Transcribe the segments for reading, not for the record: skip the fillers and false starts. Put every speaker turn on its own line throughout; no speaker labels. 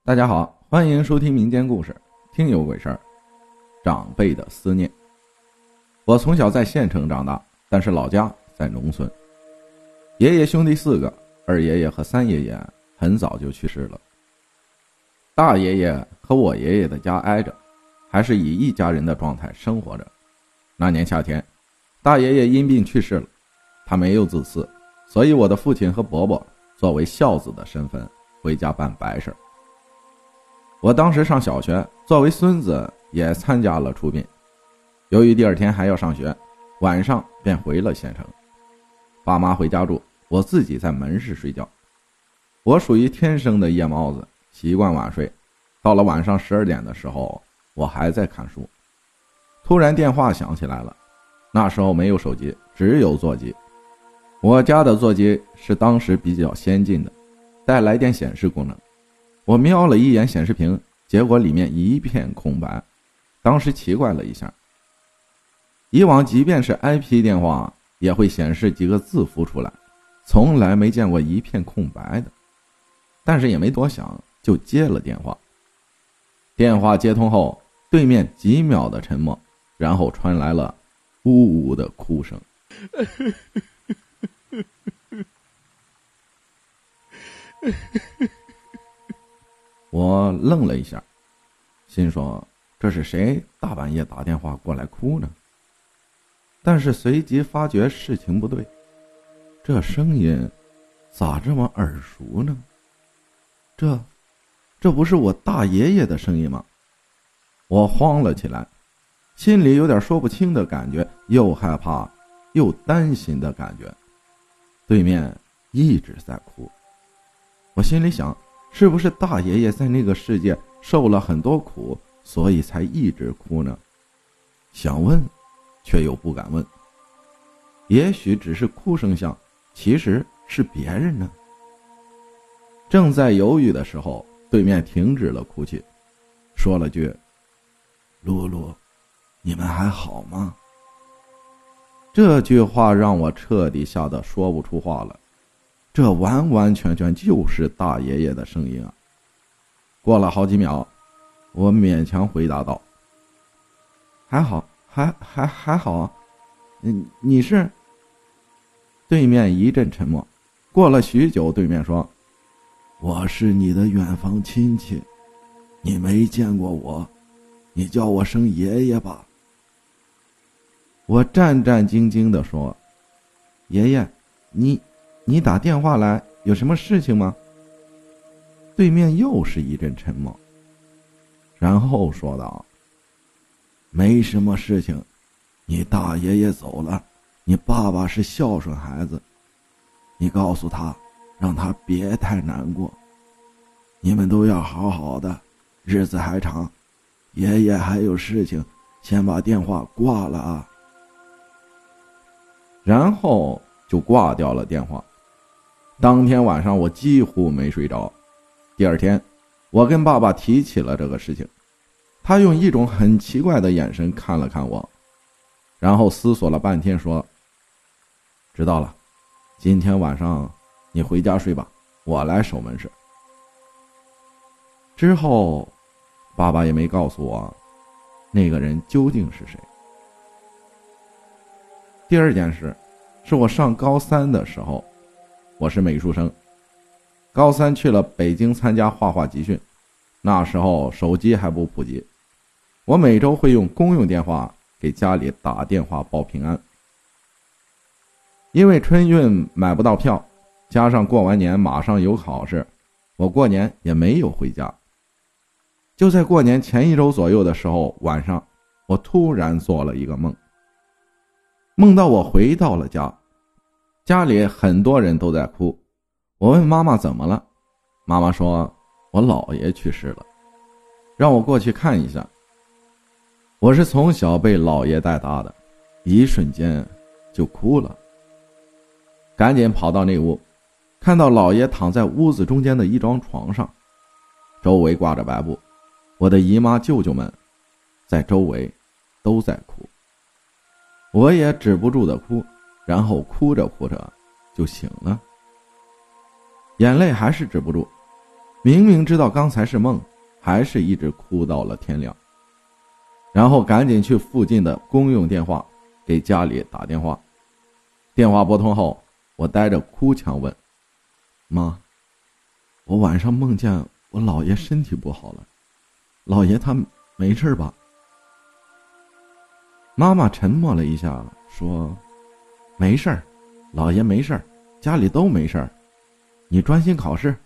大家好，欢迎收听民间故事，听有鬼事儿。长辈的思念。我从小在县城长大，但是老家在农村。爷爷兄弟4个，二爷爷和三爷爷很早就去世了。大爷爷和我爷爷的家挨着，还是以一家人的状态生活着。那年夏天，大爷爷因病去世了，他没有子嗣，所以我的父亲和伯伯作为孝子的身份回家办白事。我当时上小学，作为孙子也参加了出殡。由于第二天还要上学，晚上便回了县城。爸妈回家住，我自己在门市睡觉。我属于天生的夜猫子，习惯晚睡。到了晚上12点的时候，我还在看书。突然电话响起来了，那时候没有手机，只有座机。我家的座机是当时比较先进的，带来电显示功能。我瞄了一眼显示屏，结果里面一片空白。当时奇怪了一下，以往即便是 IP 电话也会显示几个字符出来，从来没见过一片空白的。但是也没多想，就接了电话。电话接通后，对面几秒的沉默，然后传来了呜呜的哭声。我愣了一下，心说这是谁大半夜打电话过来哭呢？但是随即发觉事情不对，这声音咋这么耳熟呢？这不是我大爷爷的声音吗？我慌了起来，心里有点说不清的感觉，又害怕又担心的感觉。对面一直在哭，我心里想，是不是大爷爷在那个世界受了很多苦，所以才一直哭呢？想问却又不敢问。也许只是哭声像，其实是别人呢。正在犹豫的时候，对面停止了哭泣，说了句：露露，你们还好吗？这句话让我彻底吓得说不出话了，这完完全全就是大爷爷的声音啊！过了好几秒，我勉强回答道：还好，还好啊。你是？对面一阵沉默，过了许久，对面说：我是你的远房亲戚，你没见过我，你叫我声爷爷吧。我战战兢兢地说：爷爷，你打电话来有什么事情吗？对面又是一阵沉默，然后说道：没什么事情，你大爷爷走了，你爸爸是孝顺孩子，你告诉他，让他别太难过，你们都要好好的，日子还长，爷爷还有事情，先把电话挂了啊。然后就挂掉了电话。当天晚上我几乎没睡着。第二天，我跟爸爸提起了这个事情，他用一种很奇怪的眼神看了看我，然后思索了半天说：知道了，今天晚上你回家睡吧，我来守门市。之后爸爸也没告诉我那个人究竟是谁。第二件事是我上高3的时候，我是美术生，高3去了北京参加画画集训。那时候手机还不普及，我每周会用公用电话给家里打电话报平安。因为春运买不到票，加上过完年马上有考试，我过年也没有回家。就在过年前1周左右的时候，晚上我突然做了一个梦，梦到我回到了家，家里很多人都在哭。我问妈妈怎么了，妈妈说我姥爷去世了，让我过去看一下。我是从小被姥爷带大的，一瞬间就哭了，赶紧跑到那屋，看到姥爷躺在屋子中间的一张床上，周围挂着白布，我的姨妈舅舅们在周围都在哭。我也止不住的哭，然后哭着哭着就醒了，眼泪还是止不住。 明明知道刚才是梦，还是一直哭到了天亮，然后赶紧去附近的公用电话给家里打电话。电话拨通后，我带着哭腔问：妈，我晚上梦见我姥爷身体不好了，姥爷他没事吧？妈妈沉默了一下，说：没事儿，姥爷没事儿，家里都没事儿，你专心考试。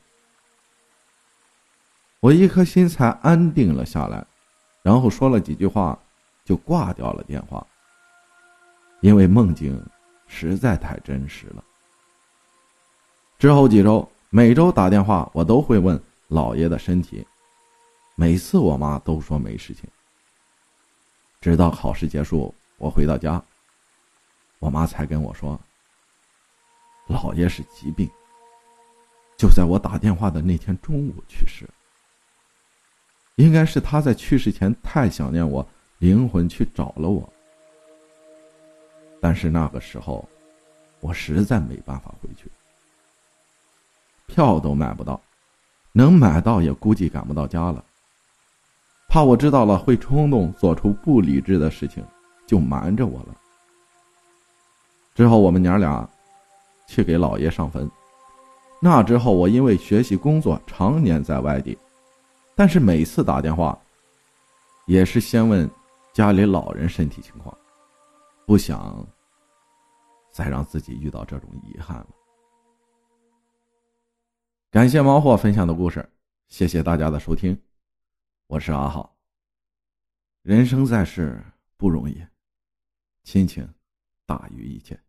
我一颗心才安定了下来，然后说了几句话就挂掉了电话，因为梦境实在太真实了。之后几周，每周打电话我都会问姥爷的身体，每次我妈都说没事情。直到考试结束，我回到家，我妈才跟我说，姥爷是疾病，就在我打电话的那天中午去世。应该是他在去世前太想念我，灵魂去找了我。但是那个时候，我实在没办法回去，票都买不到，能买到也估计赶不到家了。怕我知道了会冲动做出不理智的事情，就瞒着我了。之后我们娘俩去给姥爷上坟。那之后我因为学习工作常年在外地，但是每次打电话也是先问家里老人身体情况，不想再让自己遇到这种遗憾了。感谢猫货分享的故事，谢谢大家的收听，我是阿浩。人生在世不容易，亲情大于一切。